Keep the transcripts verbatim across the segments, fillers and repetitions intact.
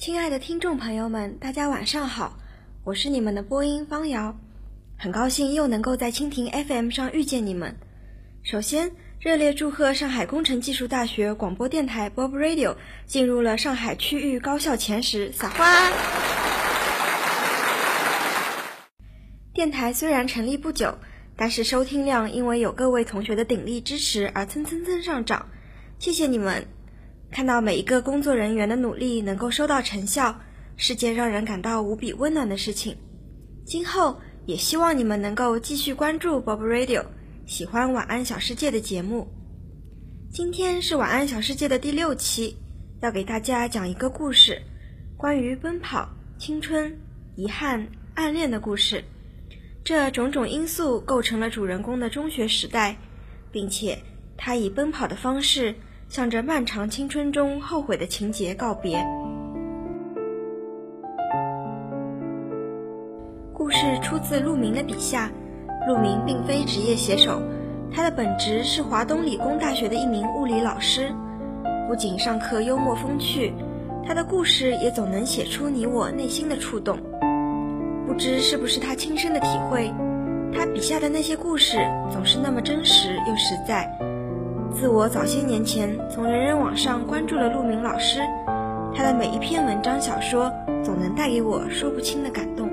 亲爱的听众朋友们，大家晚上好，我是你们的播音方瑶，很高兴又能够在蜻蜓 F M 上遇见你们。首先，热烈祝贺上海工程技术大学广播电台 Bob Radio 进入了上海区域高校前十，撒花！电台虽然成立不久，但是收听量因为有各位同学的鼎力支持而蹭蹭蹭上涨，谢谢你们！看到每一个工作人员的努力能够收到成效，是件让人感到无比温暖的事情。今后也希望你们能够继续关注 Bob Radio， 喜欢晚安小世界的节目。今天是晚安小世界的第六期，要给大家讲一个故事，关于奔跑、青春、遗憾、暗恋的故事。这种种因素构成了主人公的中学时代，并且他以奔跑的方式向着漫长青春中后悔的情节告别。故事出自陆明的笔下，陆明并非职业写手，他的本职是华东理工大学的一名物理老师。不仅上课幽默风趣，他的故事也总能写出你我内心的触动。不知是不是他亲身的体会，他笔下的那些故事总是那么真实又实在。自我早些年前从人人网上关注了陆明老师，他的每一篇文章小说总能带给我说不清的感动。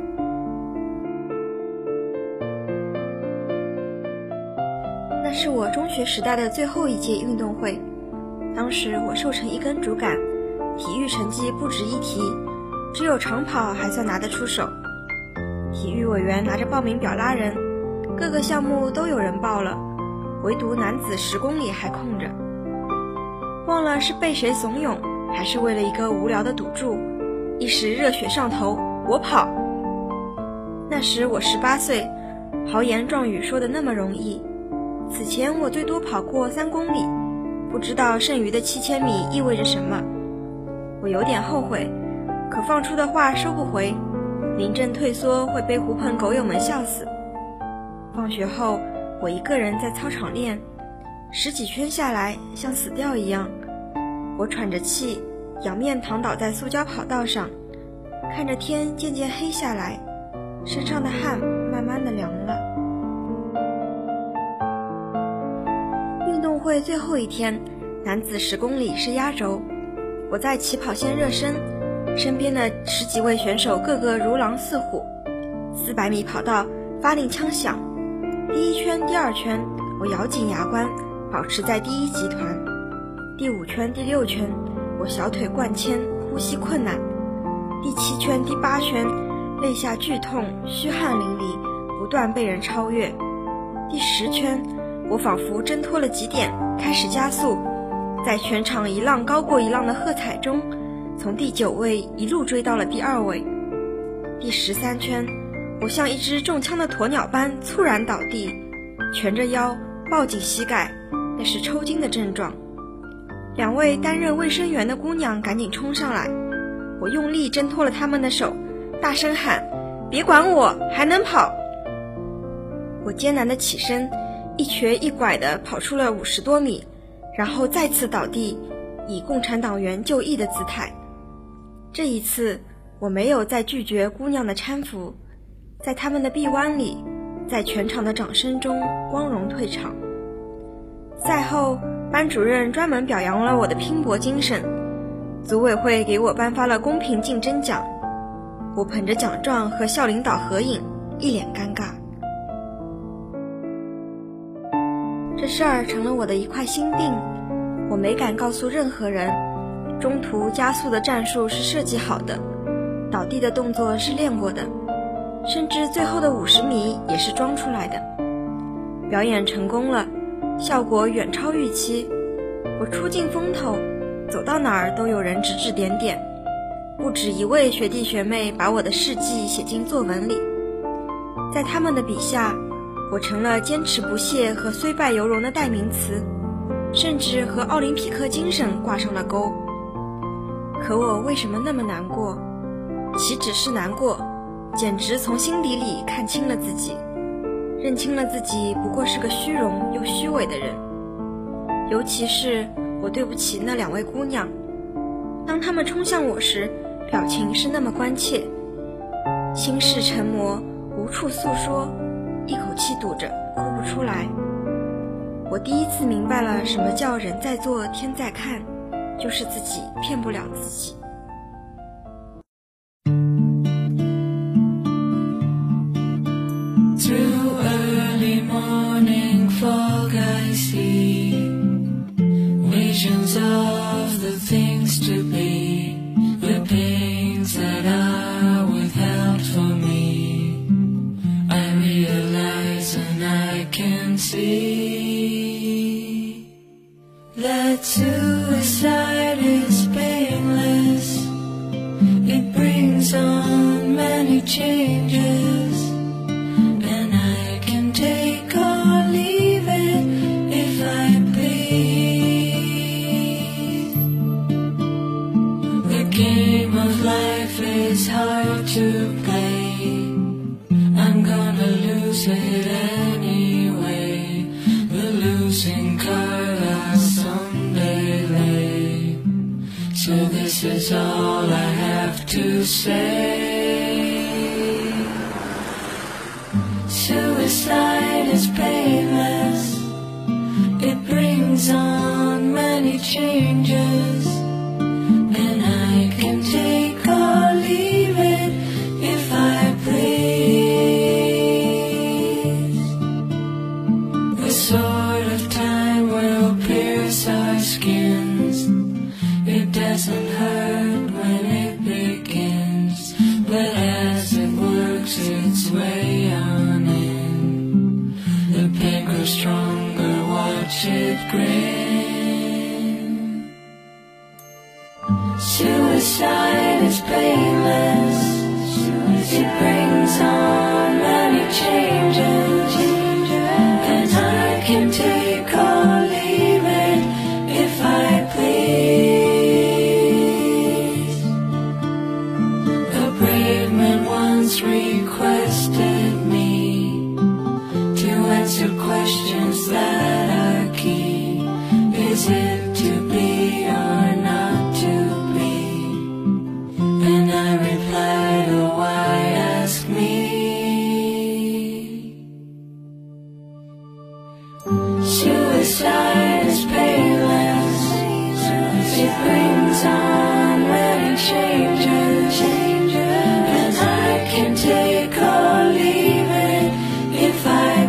那是我中学时代的最后一届运动会，当时我瘦成一根竹竿，体育成绩不值一提，只有长跑还算拿得出手。体育委员拿着报名表拉人，各个项目都有人报了，唯独男子十公里还空着。忘了是被谁怂恿，还是为了一个无聊的赌注，一时热血上头，我跑。那时我十八岁，豪言壮语说得那么容易。此前我最多跑过三公里，不知道剩余的七千米意味着什么。我有点后悔，可放出的话收不回，临阵退缩会被狐朋狗友们笑死。放学后我一个人在操场练，十几圈下来像死掉一样。我喘着气，仰面躺倒在塑胶跑道上，看着天渐渐黑下来，身上的汗慢慢的凉了。运动会最后一天，男子十公里是压轴，我在起跑线热身，身边的十几位选手个个如狼似虎。四百米跑道发令枪响，第一圈第二圈我咬紧牙关保持在第一集团，第五圈第六圈我小腿灌铅呼吸困难，第七圈第八圈肋下剧痛虚汗淋漓，不断被人超越，第十圈我仿佛挣脱了极点，开始加速，在全场一浪高过一浪的喝彩中，从第九位一路追到了第二位。第十三圈我像一只中枪的鸵鸟般猝然倒地，蜷着腰抱紧膝盖，那是抽筋的症状。两位担任卫生员的姑娘赶紧冲上来，我用力挣脱了他们的手，大声喊：别管我，还能跑！我艰难地起身，一瘸一拐地跑出了五十多米，然后再次倒地，以共产党员就义的姿态。这一次我没有再拒绝姑娘的搀扶，在他们的臂弯里，在全场的掌声中光荣退场。赛后班主任专门表扬了我的拼搏精神，组委会给我颁发了公平竞争奖，我捧着奖状和校领导合影，一脸尴尬。这事儿成了我的一块心病，我没敢告诉任何人。中途加速的战术是设计好的，倒地的动作是练过的，甚至最后的五十米也是装出来的。表演成功了，效果远超预期，我出尽风头，走到哪儿都有人指指点点，不止一位学弟学妹把我的事迹写进作文里。在他们的笔下，我成了坚持不懈和虽败犹荣的代名词，甚至和奥林匹克精神挂上了钩。可我为什么那么难过？岂止是难过，简直从心底里看清了自己，认清了自己不过是个虚荣又虚伪的人。尤其是我对不起那两位姑娘，当她们冲向我时， 表情是那么关切，心事成魔，无处诉说，一口气堵着，哭不出来。我第一次明白了什么叫人在做天在看，就是自己骗不了自己。 Through early morning fog I see visions of the things to be, the pains that are withheld from me. I realize and I can see that suicide is painless. It brings on many changes.And I can take or leave it if I please. The game of life is hard to play. I'm gonna lose it anyway. The losing card I'll someday lay. So this is all I have to say.Suicide is painless. It brings on many changes. And I can take or leave it if I please. The sword of time will pierce our skins. It doesn't hurt when it begins, but as it works its way on,The pain grows stronger, watch it grin. Suicide is painless. It brings on many changes. And I can take or leave it if I please. A brave man once requested me.Answer questions that are key. Is it to be or not to be? And I replied, oh, why ask me? Suicide is painless. It brings on many changes. And I can take or leave it if I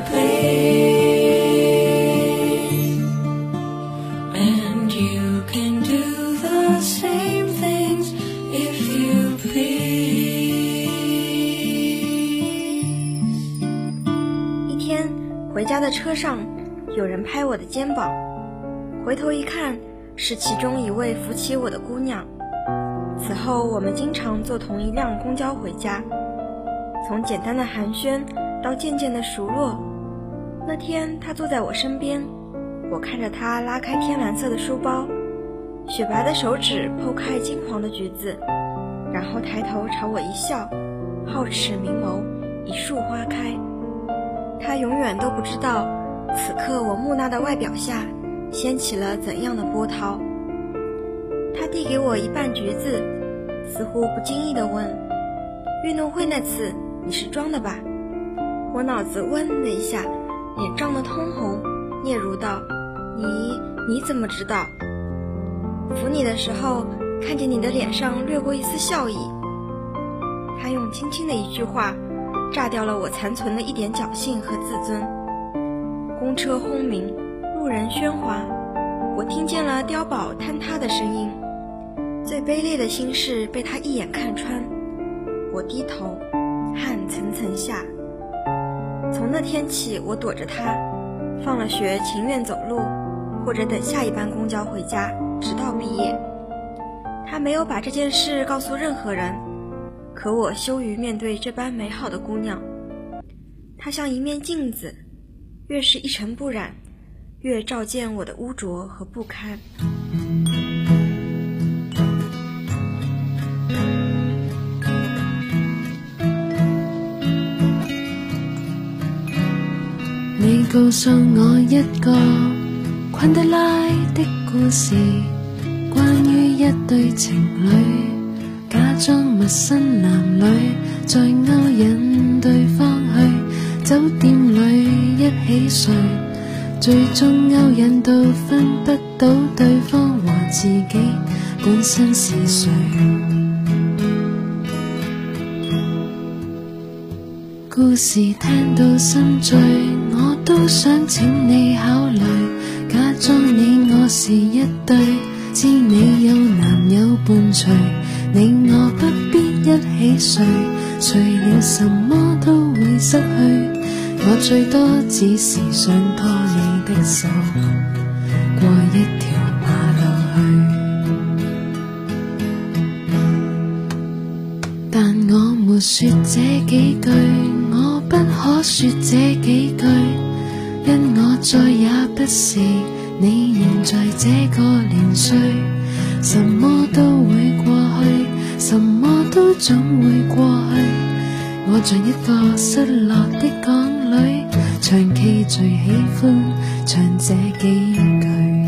please.And you can do the same things if you please. 一天回家的车上，有人拍我的肩膀，回头一看，是其中一位扶起我的姑娘。此后我们经常坐同一辆公交回家，从简单的寒暄到渐渐的熟络。那天她坐在我身边，我看着她拉开天蓝色的书包，雪白的手指剖开金黄的橘子，然后抬头朝我一笑，皓齿明眸，一束花开。她永远都不知道，此刻我木讷的外表下掀起了怎样的波涛。她递给我一瓣橘子，似乎不经意地问：运动会那次你是装的吧？我脑子嗡的一下，脸涨得通红，嗫嚅道：你你怎么知道？扶你的时候看见你的脸上掠过一丝笑意。他用轻轻的一句话炸掉了我残存的一点侥幸和自尊。公车轰鸣，路人喧哗，我听见了碉堡坍塌的声音，最卑劣的心事被他一眼看穿。我低头，汗层层下。从那天起，我躲着他，放了学情愿走路，或者等下一班公交回家，直到毕业。他没有把这件事告诉任何人，可我羞于面对这般美好的姑娘。她像一面镜子，越是一尘不染，越照见我的污浊和不堪。 你告訴我一個昆德拉的故事，關於一對情侶假裝陌生男女，再勾引對方去酒店裏一起睡，最終勾引到分不到對方和自己本身是誰。故事聽到心醉，我都想請你考慮，假裝你我是一對，知你有男友伴隨，你我不必一起睡，睡了什麼都會失去，我最多只是想拖你的手過一條馬路去，但我沒說這幾句，我不可說這幾句，因我再也不是你現在這個年歲，什麼都會過去，什麼都總會過去，我像一個失落的港女，長期最喜歡唱這幾句。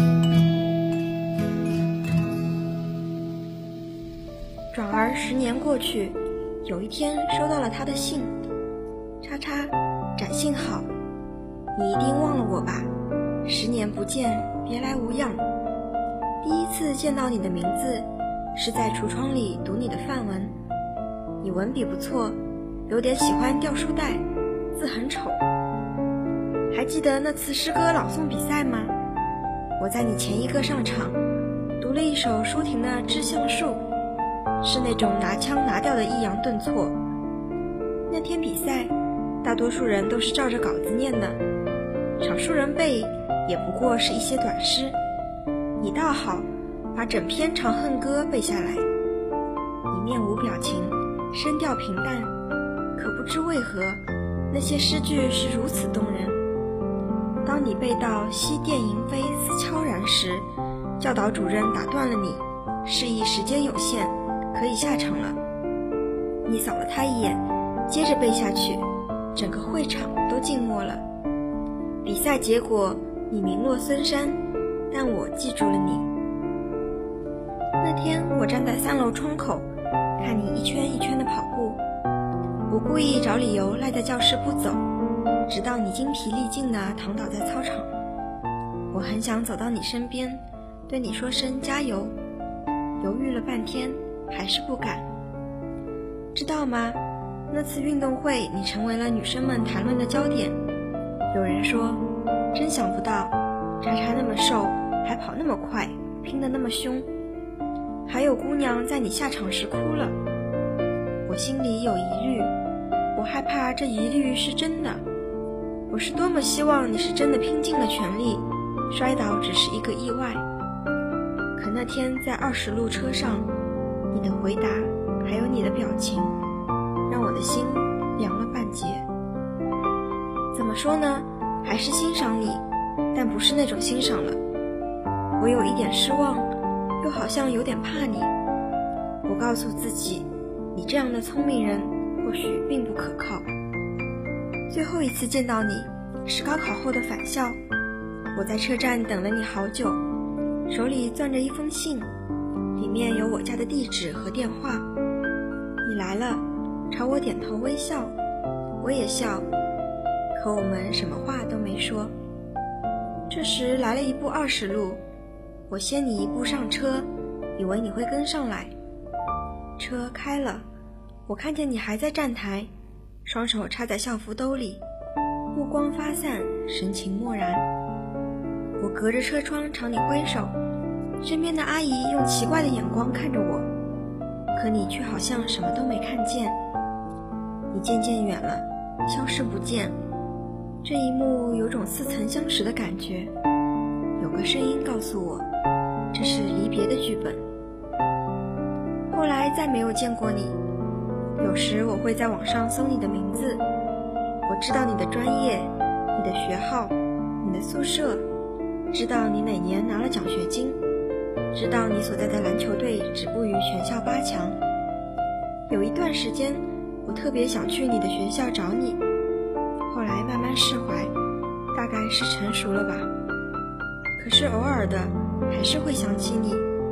轉而十年過去，有一天收到了他的信，叉叉，展信好，你一定忘了我吧，十年不見，別來無恙。第一次見到你的名字是在櫥窗裡讀你的範文，你文筆不錯，有點喜歡掉書袋，字很醜。還記得那次詩歌朗誦比賽嗎？我在你前一個上場讀了一首舒婷的《致橡樹》，是那種拿腔拿調的抑揚頓挫。那天比賽大多數人都是照着稿子念的，少數人背也不過是一些短詩，你倒好，把整篇《長恨歌》背下來。你面無表情，聲調平淡，可不知為何那些詩句是如此動人。當你背到西殿螢飛思悄然時，教導主任打斷了你，示意時間有限，可以下場了。你掃了他一眼，接着背下去，整個會場都靜默了。比賽結果你名落孫山，但我記住了你。那天我站在三樓窗口，看你一圈一圈的跑步，我故意找理由賴在教室不走，直到你精疲力盡地躺倒在操場。我很想走到你身邊，對你說聲加油，猶豫了半天，還是不敢。知道嗎？那次運動會你成為了女生們談論的焦點。有人說，真想不到，叉叉那麼瘦，還跑那麼快，拼得那麼兇。還有姑娘在你下場時哭了。我心裡有疑慮，我害怕這疑慮是真的。我是多麼希望你是真的拼盡了全力，摔倒只是一個意外。可那天在二十路車上，你的回答還有你的表情，讓我的心涼了半截。怎麼說呢？還是欣賞你，但不是那種欣賞了。我有一點失望，又好像有點怕你。我告訴自己，你這樣的聰明人或許並不可靠。最後一次見到你是高考後的返校，我在車站等了你好久，手裡攥着一封信，裡面有我家的地址和電話。你來了，朝我點頭微笑，我也笑，可我們什麼話都沒說。這時來了一部二十路，我先你一步上車，以為你會跟上來。車開了，我看見你還在站台，雙手插在校服兜裡，目光發散，神情漠然。我隔着車窗朝你揮手，身邊的阿姨用奇怪的眼光看着我，可你卻好像什麼都沒看見。你漸漸遠了，消失不見。這一幕有種似曾相識的感覺，有個聲音告訴我，這是離別的劇本。後來再沒有見過你，有時我會在網上搜你的名字，我知道你的專業，你的學號，你的宿舍，知道你哪年拿了獎學金，知道你所在的籃球隊止步於全校八強。有一段時間，我特別想去你的學校找你，後來慢慢釋懷，大概是成熟了吧。可是偶爾的還是會想起你，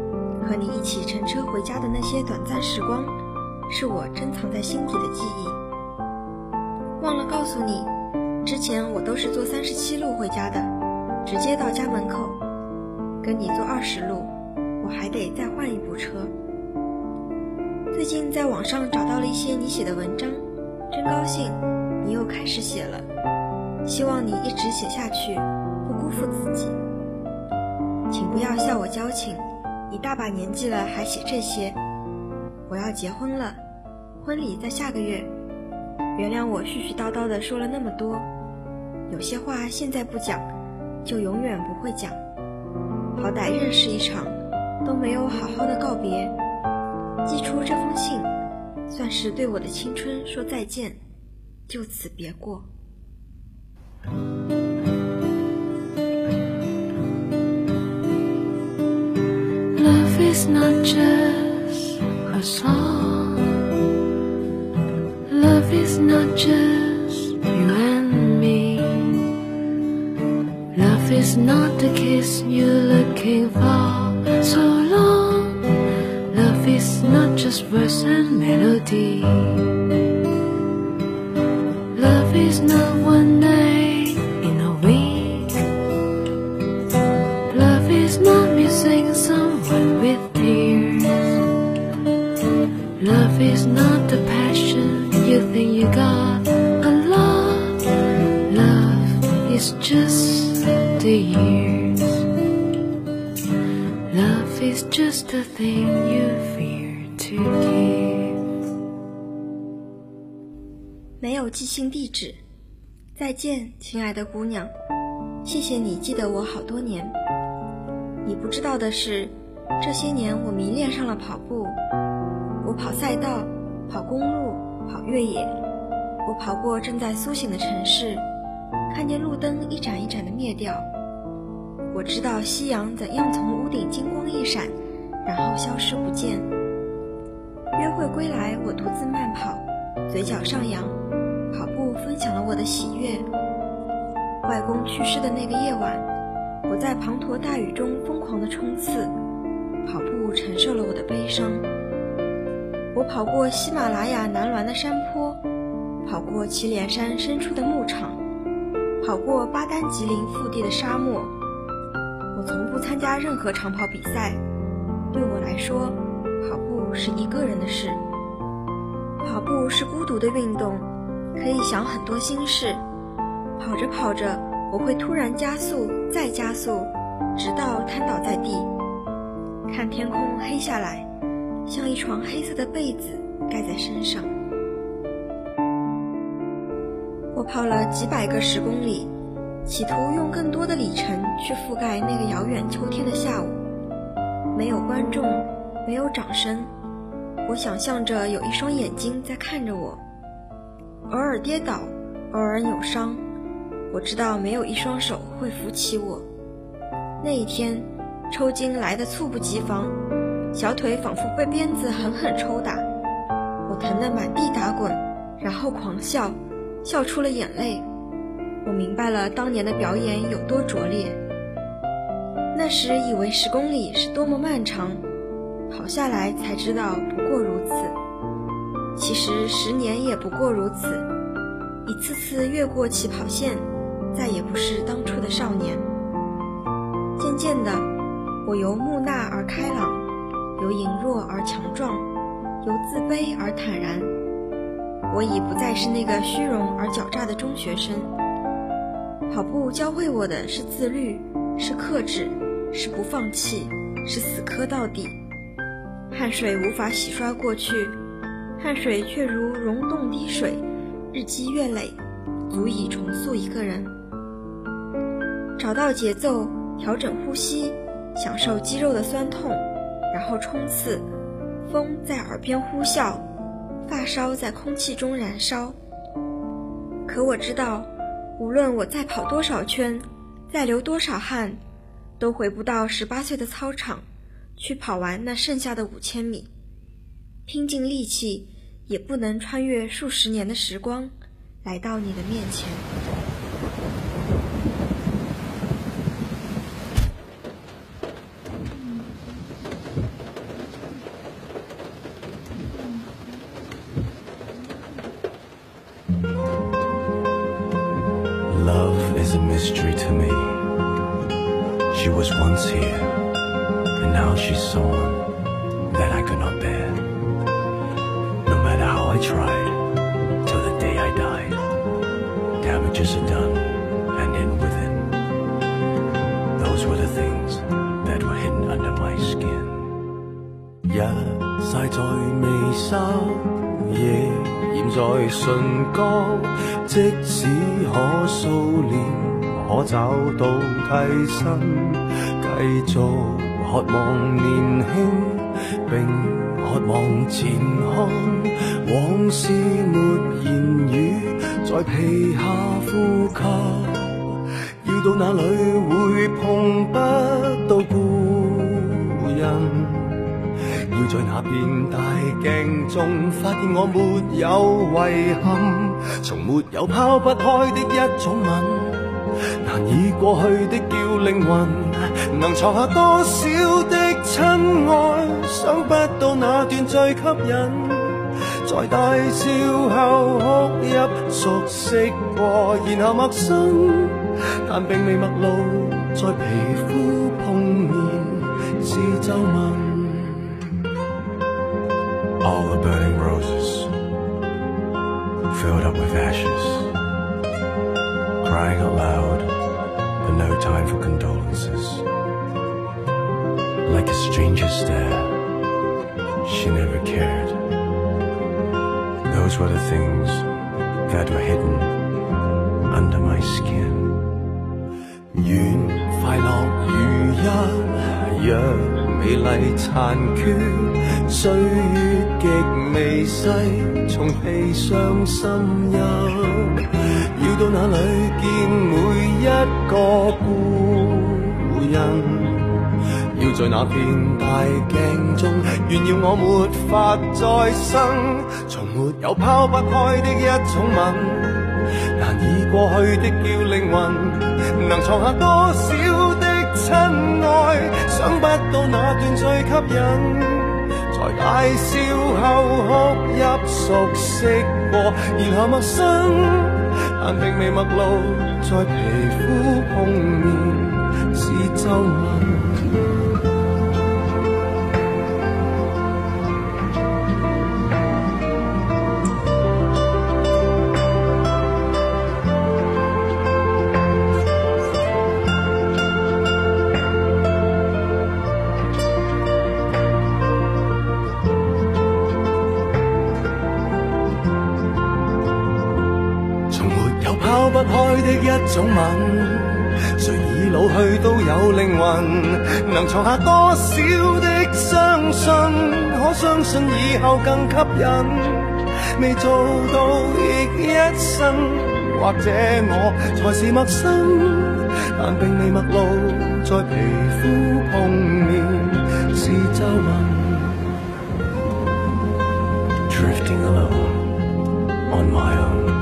和你一起乘车回家的那些短暂时光，是我珍藏在心底的记忆。忘了告诉你，之前我都是坐三十七路回家的，直接到家门口，跟你坐二十路，我还得再换一部车。最近在网上找到了一些你写的文章，真高兴你又开始写了，希望你一直写下去，不辜负自己。请不要笑我矫情，你大把年纪了还写这些。我要结婚了，婚礼在下个月，原谅我絮絮叨叨的说了那么多，有些话现在不讲，就永远不会讲。好歹认识一场，都没有好好的告别，寄出这封信，算是对我的青春说再见，就此别过。 Love is not just a song. Love is not just you and me. Love is not the kiss you're looking for so long. Love is not just verse and melody. Love is not one night in a week. Love is not missing someone with tears. Love is not the passion you think you got a lot. Love is just the years. Love is just the thing you fear to give. 没有寄信地址。再见，亲爱的姑娘，谢谢你记得我好多年。你不知道的是，这些年我迷恋上了跑步。我跑赛道，跑公路，跑越野。我跑过正在苏醒的城市，看见路灯一盏一盏的灭掉。我知道夕阳怎样从屋顶金光一闪，然后消失不见。约会归来，我独自慢跑，嘴角上扬，跑步分享了我的喜悦。外公去世的那个夜晚，我在滂沱大雨中疯狂地冲刺，跑步承受了我的悲伤。我跑过喜马拉雅南峦的山坡，跑过祁连山深处的牧场，跑过巴丹吉林腹地的沙漠。我从不参加任何长跑比赛，对我来说，跑步是一个人的事。跑步是孤独的运动，可以想很多心事。跑着跑着，我会突然加速，再加速，直到瘫倒在地。看天空黑下来，像一床黑色的被子盖在身上。我跑了几百个十公里，企图用更多的里程去覆盖那个遥远秋天的下午。没有观众，没有掌声，我想象着有一双眼睛在看着我。偶尔跌倒，偶尔扭伤，我知道没有一双手会扶起我。那一天，抽筋来得猝不及防，小腿仿佛被鞭子狠狠抽打，我疼得满地打滚，然后狂笑，笑出了眼泪。我明白了当年的表演有多拙劣。那时以为十公里是多么漫长，跑下来才知道不过如此。其实十年也不过如此，一次次越过起跑线，再也不是当初的少年。渐渐的，我由木讷而开朗，由羸弱而强壮，由自卑而坦然。我已不再是那个虚荣而狡诈的中学生。跑步教会我的是自律，是克制，是不放弃，是死磕到底。汗水无法洗刷过去，汗水却如溶洞滴水，日积月累，足以重塑一个人。找到节奏，调整呼吸，享受肌肉的酸痛，然后冲刺。风在耳边呼啸，发梢在空气中燃烧。可我知道，无论我再跑多少圈，再流多少汗，都回不到十八岁的操场，去跑完那剩下的五千米。拼尽力气，也不能穿越数十年的时光，来到你的面前。 is a mystery to me. She was once here, and now she's someone that I could not bear. No matter how I tried, till the day I died, damages are done, and in within, those were the things that were hidden under my skin. 一晒在眉梢，夜染在唇角，即使可素臉，可找到替身，繼續渴望年輕，並渴望前看，往事沒言語，在皮下呼吸，要到哪裏會碰不到故人？要在那片大鏡中發現我沒有遺憾，從沒有拋不開的一種吻，難以過去的叫靈魂，能藏下多少的親愛，想不到那段最吸引，在大笑後哭泣熟悉過，然後陌生，但並未陌路，在皮膚碰面是皺紋。All the burning roses filled up with ashes, crying out loud, but no time for condolences. Like a stranger's stare, she never cared. Those were the things that were hidden under my skin. 願快樂如一樣美麗殘缺，歲月極微細，從皮上滲入，要到哪裏見每一個故人？要在那片大鏡中，炫耀我沒法再生，從沒有拋不開的一種吻，難以過去的叫靈魂，能藏下多少的親愛，想不到那段最吸引，在大笑後哭泣熟悉過，然後陌生，但並未陌路，在皮膚碰面是皺紋。拋不開的一種吻，誰已老去都有靈魂，能藏下多少的相信，可相信以後更吸引，未做到亦一生，或者我才是陌生，但並未陌路，在皮膚碰面是皺紋。Drifting alone on my own,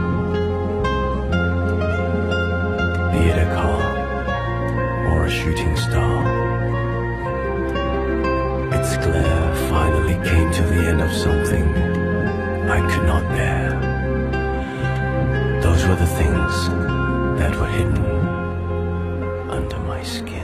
be it a car or a shooting star, its glare finally came to the end of something I could not bear. Those were the things that were hidden under my skin.